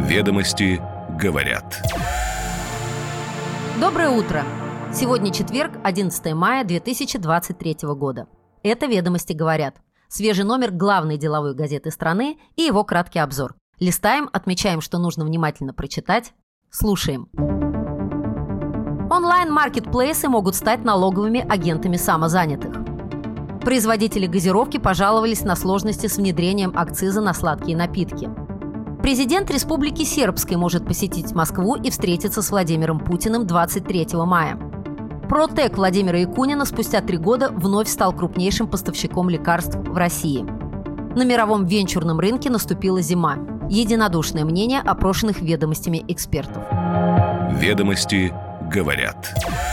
Ведомости говорят. Доброе утро! Сегодня четверг, 11 мая 2023 года. Это «Ведомости говорят». Свежий номер главной деловой газеты страны и его краткий обзор. Листаем, отмечаем, что нужно внимательно прочитать. Слушаем. Онлайн-маркетплейсы могут стать налоговыми агентами самозанятых. Производители газировки пожаловались на сложности с внедрением акциза на сладкие напитки. Президент Республики Сербской может посетить Москву и встретиться с Владимиром Путиным 23 мая. Протек Владимира Якунина спустя 3 года вновь стал крупнейшим поставщиком лекарств в России. На мировом венчурном рынке наступила зима. Единодушное мнение опрошенных ведомостями экспертов. Ведомости говорят.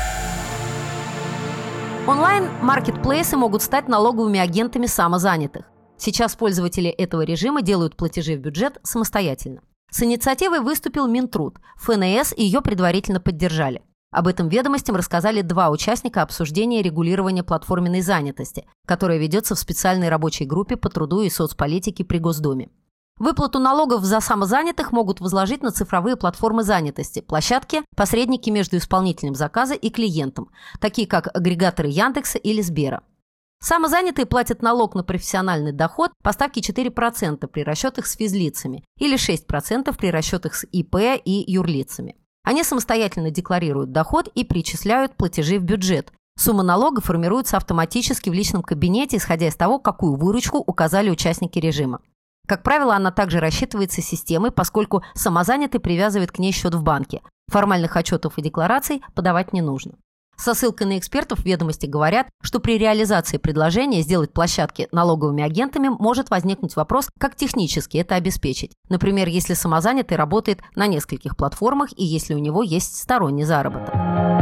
Онлайн-маркетплейсы могут стать налоговыми агентами самозанятых. Сейчас пользователи этого режима делают платежи в бюджет самостоятельно. С инициативой выступил Минтруд. ФНС ее предварительно поддержали. Об этом ведомостям рассказали 2 участника обсуждения регулирования платформенной занятости, которая ведется в специальной рабочей группе по труду и соцполитике при Госдуме. Выплату налогов за самозанятых могут возложить на цифровые платформы занятости, площадки, посредники между исполнителем заказа и клиентом, такие как агрегаторы Яндекса или Сбера. Самозанятые платят налог на профессиональный доход по ставке 4% при расчетах с физлицами или 6% при расчетах с ИП и юрлицами. Они самостоятельно декларируют доход и перечисляют платежи в бюджет. Сумма налога формируется автоматически в личном кабинете, исходя из того, какую выручку указали участники режима. Как правило, она также рассчитывается системой, поскольку самозанятый привязывает к ней счет в банке. Формальных отчетов и деклараций подавать не нужно. Со ссылкой на экспертов ведомости говорят, что при реализации предложения сделать площадки налоговыми агентами может возникнуть вопрос, как технически это обеспечить. Например, если самозанятый работает на нескольких платформах и если у него есть сторонний заработок.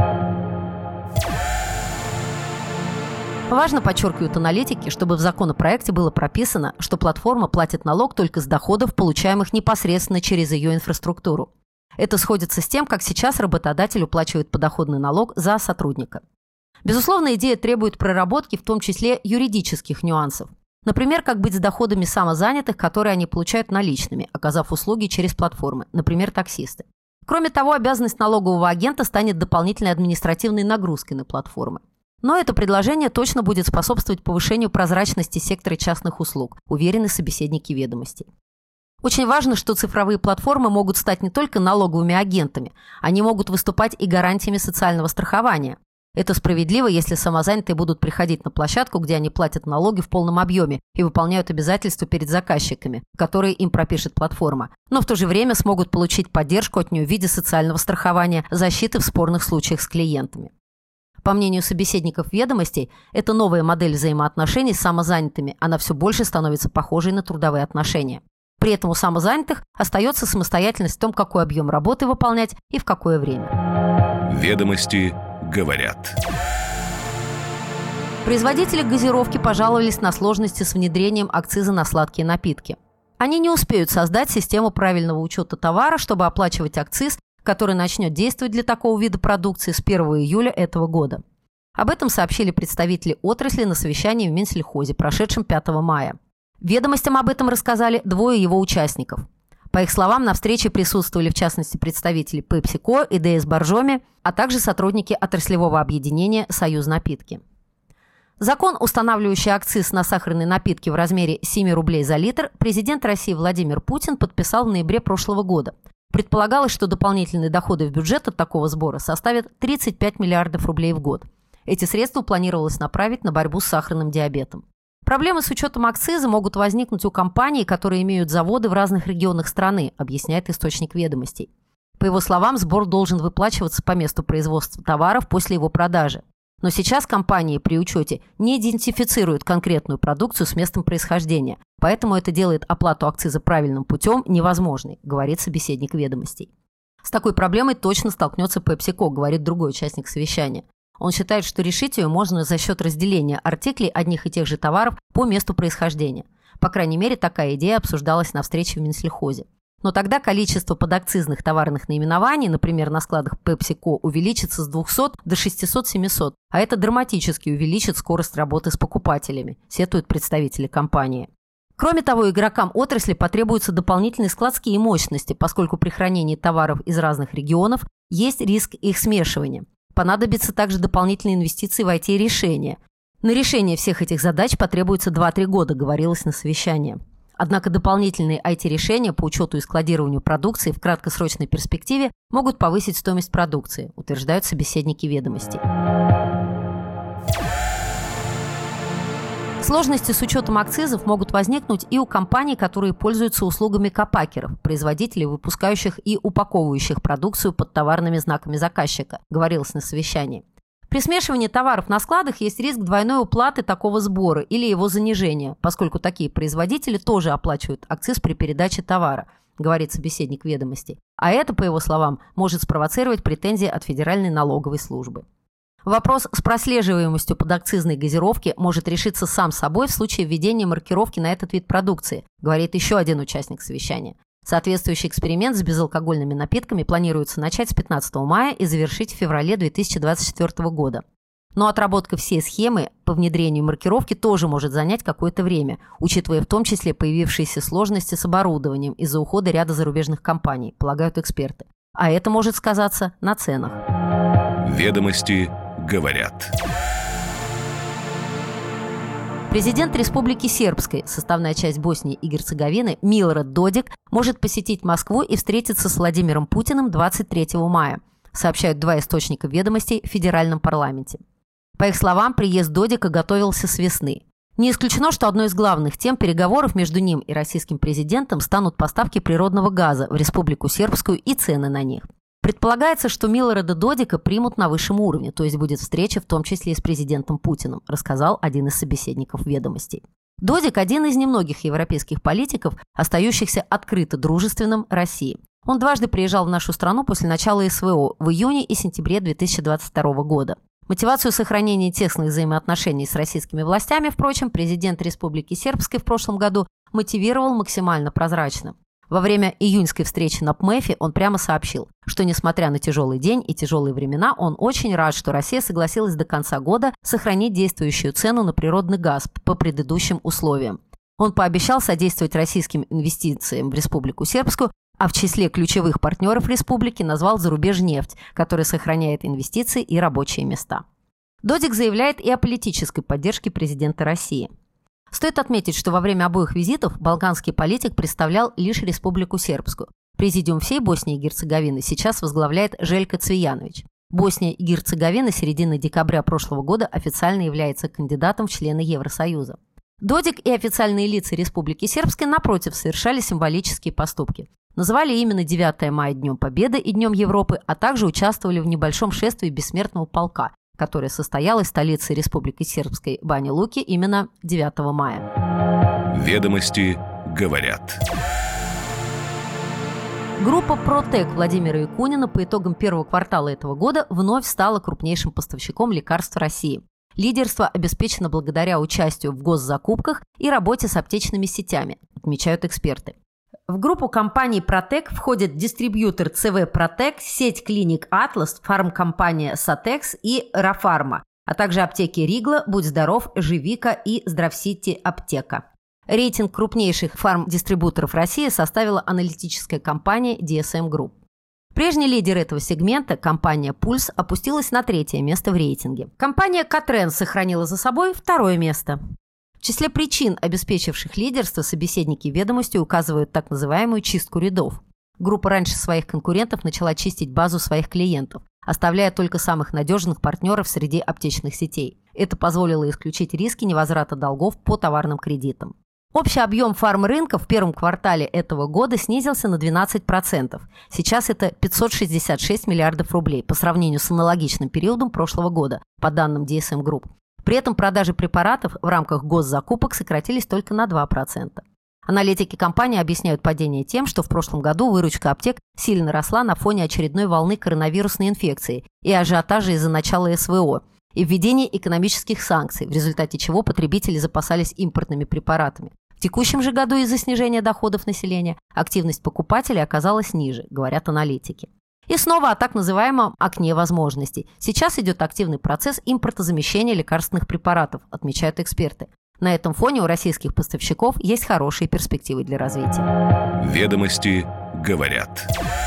Важно, подчеркивают аналитики, чтобы в законопроекте было прописано, что платформа платит налог только с доходов, получаемых непосредственно через ее инфраструктуру. Это сходится с тем, как сейчас работодатель уплачивает подоходный налог за сотрудника. Безусловно, идея требует проработки, в том числе юридических нюансов. Например, как быть с доходами самозанятых, которые они получают наличными, оказав услуги через платформы, например, таксисты. Кроме того, обязанность налогового агента станет дополнительной административной нагрузкой на платформы. Но это предложение точно будет способствовать повышению прозрачности сектора частных услуг, уверены собеседники ведомостей. Очень важно, что цифровые платформы могут стать не только налоговыми агентами, они могут выступать и гарантиями социального страхования. Это справедливо, если самозанятые будут приходить на площадку, где они платят налоги в полном объеме и выполняют обязательства перед заказчиками, которые им пропишет платформа, но в то же время смогут получить поддержку от нее в виде социального страхования, защиты в спорных случаях с клиентами. По мнению собеседников ведомостей, эта новая модель взаимоотношений с самозанятыми, она все больше становится похожей на трудовые отношения. При этом у самозанятых остается самостоятельность в том, какой объем работы выполнять и в какое время. Ведомости говорят. Производители газировки пожаловались на сложности с внедрением акциза на сладкие напитки. Они не успеют создать систему правильного учета товара, чтобы оплачивать акциз, который начнет действовать для такого вида продукции с 1 июля этого года. Об этом сообщили представители отрасли на совещании в Минсельхозе, прошедшем 5 мая. Ведомостям об этом рассказали 2 его участников. По их словам, на встрече присутствовали в частности представители PepsiCo и DS Боржоми, а также сотрудники отраслевого объединения «Союз напитки». Закон, устанавливающий акциз на сахарные напитки в размере 7 рублей за литр, президент России Владимир Путин подписал в ноябре прошлого года. Предполагалось, что дополнительные доходы в бюджет от такого сбора составят 35 миллиардов рублей в год. Эти средства планировалось направить на борьбу с сахарным диабетом. Проблемы с учетом акциза могут возникнуть у компаний, которые имеют заводы в разных регионах страны, объясняет источник ведомостей. По его словам, сбор должен выплачиваться по месту производства товаров после его продажи. Но сейчас компании при учете не идентифицируют конкретную продукцию с местом происхождения, поэтому это делает оплату акциза правильным путем невозможной, говорит собеседник ведомостей. С такой проблемой точно столкнется PepsiCo, говорит другой участник совещания. Он считает, что решить ее можно за счет разделения артиклей одних и тех же товаров по месту происхождения. По крайней мере, такая идея обсуждалась на встрече в Минсельхозе. Но тогда количество подакцизных товарных наименований, например, на складах PepsiCo, увеличится с 200 до 600-700, а это драматически увеличит скорость работы с покупателями, сетуют представители компании. Кроме того, игрокам отрасли потребуются дополнительные складские мощности, поскольку при хранении товаров из разных регионов есть риск их смешивания. Понадобятся также дополнительные инвестиции в IT-решения. На решение всех этих задач потребуется 2-3 года, говорилось на совещании. Однако дополнительные IT-решения по учету и складированию продукции в краткосрочной перспективе могут повысить стоимость продукции, утверждают собеседники «Ведомостей». Сложности с учетом акцизов могут возникнуть и у компаний, которые пользуются услугами копакеров, производителей, выпускающих и упаковывающих продукцию под товарными знаками заказчика, говорилось на совещании. При смешивании товаров на складах есть риск двойной уплаты такого сбора или его занижения, поскольку такие производители тоже оплачивают акциз при передаче товара, говорит собеседник «Ведомостей». А это, по его словам, может спровоцировать претензии от Федеральной налоговой службы. Вопрос с прослеживаемостью подакцизной газировки может решиться сам собой в случае введения маркировки на этот вид продукции, говорит еще один участник совещания. Соответствующий эксперимент с безалкогольными напитками планируется начать с 15 мая и завершить в феврале 2024 года. Но отработка всей схемы по внедрению маркировки тоже может занять какое-то время, учитывая в том числе появившиеся сложности с оборудованием из-за ухода ряда зарубежных компаний, полагают эксперты. А это может сказаться на ценах. Ведомости говорят. Президент Республики Сербской, составная часть Боснии и Герцеговины, Милорад Додик может посетить Москву и встретиться с Владимиром Путиным 23 мая, сообщают два источника «Ведомостей» в федеральном парламенте. По их словам, приезд Додика готовился с весны. Не исключено, что одной из главных тем переговоров между ним и российским президентом станут поставки природного газа в Республику Сербскую и цены на них. Предполагается, что Милорада Додика примут на высшем уровне, то есть будет встреча в том числе и с президентом Путиным, рассказал один из собеседников «Ведомостей». Додик – один из немногих европейских политиков, остающихся открыто дружественным России. Он дважды приезжал в нашу страну после начала СВО в июне и сентябре 2022 года. Мотивацию сохранения тесных взаимоотношений с российскими властями, впрочем, президент Республики Сербской в прошлом году мотивировал максимально прозрачно. Во время июньской встречи на ПМЭФе он прямо сообщил, что, несмотря на тяжелый день и тяжелые времена, он очень рад, что Россия согласилась до конца года сохранить действующую цену на природный газ по предыдущим условиям. Он пообещал содействовать российским инвестициям в Республику Сербскую, а в числе ключевых партнеров республики назвал Зарубежнефть, которая сохраняет инвестиции и рабочие места. Додик заявляет и о политической поддержке президента России. Стоит отметить, что во время обоих визитов балканский политик представлял лишь Республику Сербскую. Президиум всей Боснии и Герцеговины сейчас возглавляет Жеljko Cvijanović. Босния и Герцеговина с середины декабря прошлого года официально является кандидатом в члены Евросоюза. Додик и официальные лица Республики Сербской, напротив, совершали символические поступки. Называли именно 9 мая Днем Победы и Днем Европы, а также участвовали в небольшом шествии Бессмертного полка, которое состоялось в столице Республики Сербской Бanja-Luki именно 9 мая. Ведомости говорят. Группа «Протек» Владимира Якунина по итогам первого квартала этого года вновь стала крупнейшим поставщиком лекарств России. Лидерство обеспечено благодаря участию в госзакупках и работе с аптечными сетями, отмечают эксперты. В группу компаний «Протек» входят дистрибьютор ЦВ «Протек», сеть клиник «Атлас», фармкомпания «Сатекс» и «Рафарма», а также аптеки «Ригла», «Будь здоров», «Живика» и «Здравсити Аптека». Рейтинг крупнейших фармдистрибуторов России составила аналитическая компания DSM Group. Прежний лидер этого сегмента, компания «Пульс», опустилась на 3-е место в рейтинге. Компания «Катрен» сохранила за собой 2-е место. В числе причин, обеспечивших лидерство, собеседники «Ведомости» указывают так называемую чистку рядов. Группа раньше своих конкурентов начала чистить базу своих клиентов, оставляя только самых надежных партнеров среди аптечных сетей. Это позволило исключить риски невозврата долгов по товарным кредитам. Общий объем фармрынка в первом квартале этого года снизился на 12%. Сейчас это 566 миллиардов рублей по сравнению с аналогичным периодом прошлого года, по данным DSM Group. При этом продажи препаратов в рамках госзакупок сократились только на 2%. Аналитики компании объясняют падение тем, что в прошлом году выручка аптек сильно росла на фоне очередной волны коронавирусной инфекции и ажиотажа из-за начала СВО и введения экономических санкций, в результате чего потребители запасались импортными препаратами. В текущем же году из-за снижения доходов населения активность покупателей оказалась ниже, говорят аналитики. И снова о так называемом окне возможностей. Сейчас идет активный процесс импортозамещения лекарственных препаратов, отмечают эксперты. На этом фоне у российских поставщиков есть хорошие перспективы для развития. Ведомости говорят.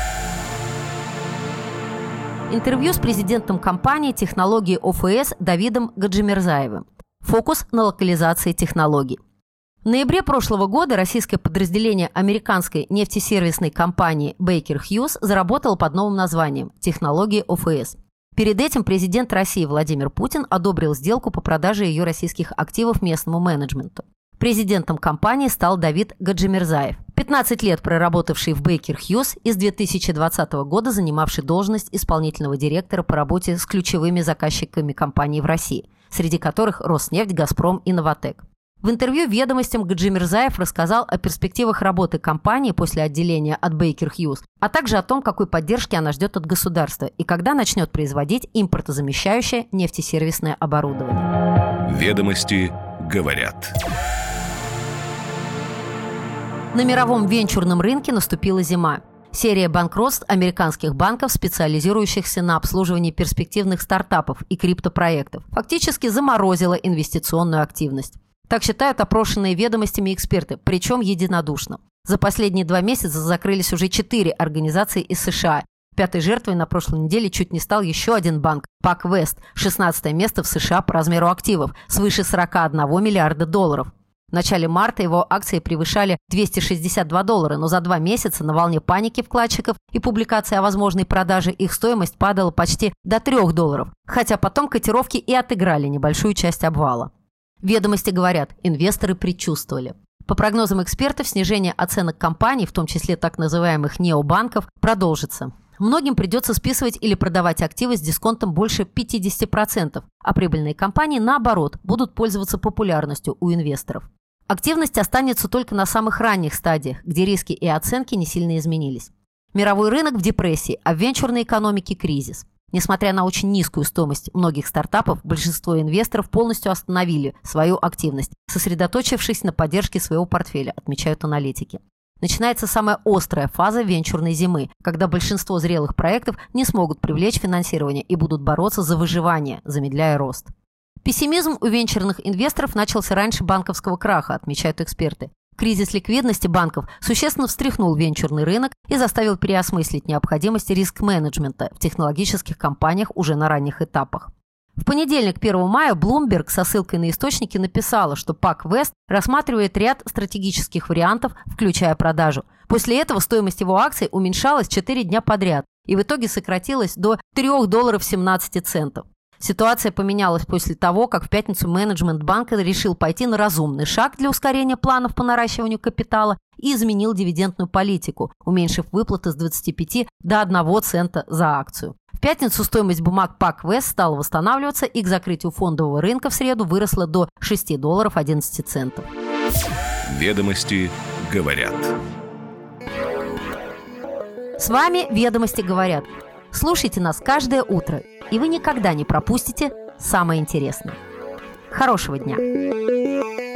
Интервью с президентом компании технологии ОФС Давидом Гаджимирзаевым. Фокус на локализации технологий. В ноябре прошлого года российское подразделение американской нефтесервисной компании Baker Hughes заработало под новым названием «Технологии ОФС». Перед этим президент России Владимир Путин одобрил сделку по продаже ее российских активов местному менеджменту. Президентом компании стал Давид Гаджимирзаев, 15 лет проработавший в Baker Hughes и с 2020 года занимавший должность исполнительного директора по работе с ключевыми заказчиками компаний в России, среди которых Роснефть, Газпром и Новатэк. В интервью «Ведомостям» Гаджимирзаев рассказал о перспективах работы компании после отделения от Baker Hughes, а также о том, какой поддержки она ждет от государства и когда начнет производить импортозамещающее нефтесервисное оборудование. Ведомости говорят. На мировом венчурном рынке наступила зима. Серия банкротств американских банков, специализирующихся на обслуживании перспективных стартапов и криптопроектов, фактически заморозила инвестиционную активность. Так считают опрошенные «Ведомостями» эксперты, причем единодушно. За последние 2 месяца закрылись уже 4 организации из США. Пятой жертвой на прошлой неделе чуть не стал еще один банк – PacWest, 16 место в США по размеру активов, свыше 41 миллиарда долларов. В начале марта его акции превышали $262, но за 2 месяца на волне паники вкладчиков и публикации о возможной продаже их стоимость падала почти до $3, хотя потом котировки и отыграли небольшую часть обвала. «Ведомости» говорят, инвесторы предчувствовали. По прогнозам экспертов, снижение оценок компаний, в том числе так называемых необанков, продолжится. Многим придется списывать или продавать активы с дисконтом больше 50%, а прибыльные компании, наоборот, будут пользоваться популярностью у инвесторов. Активность останется только на самых ранних стадиях, где риски и оценки не сильно изменились. Мировой рынок в депрессии, а в венчурной экономике кризис. Несмотря на очень низкую стоимость многих стартапов, большинство инвесторов полностью остановили свою активность, сосредоточившись на поддержке своего портфеля, отмечают аналитики. Начинается самая острая фаза венчурной зимы, когда большинство зрелых проектов не смогут привлечь финансирование и будут бороться за выживание, замедляя рост. Пессимизм у венчурных инвесторов начался раньше банковского краха, отмечают эксперты. Кризис ликвидности банков существенно встряхнул венчурный рынок и заставил переосмыслить необходимость риск-менеджмента в технологических компаниях уже на ранних этапах. В понедельник, 1 мая, Bloomberg со ссылкой на источники написала, что PacWest рассматривает ряд стратегических вариантов, включая продажу. После этого стоимость его акций уменьшалась 4 дня подряд и в итоге сократилась до $3.17. Ситуация поменялась после того, как в пятницу менеджмент банка решил пойти на разумный шаг для ускорения планов по наращиванию капитала и изменил дивидендную политику, уменьшив выплаты с 25 до 1 цента за акцию. В пятницу стоимость бумаг PacWest стала восстанавливаться и к закрытию фондового рынка в среду выросла до $6.11. Ведомости говорят. С вами «Ведомости говорят». Слушайте нас каждое утро, и вы никогда не пропустите самое интересное. Хорошего дня!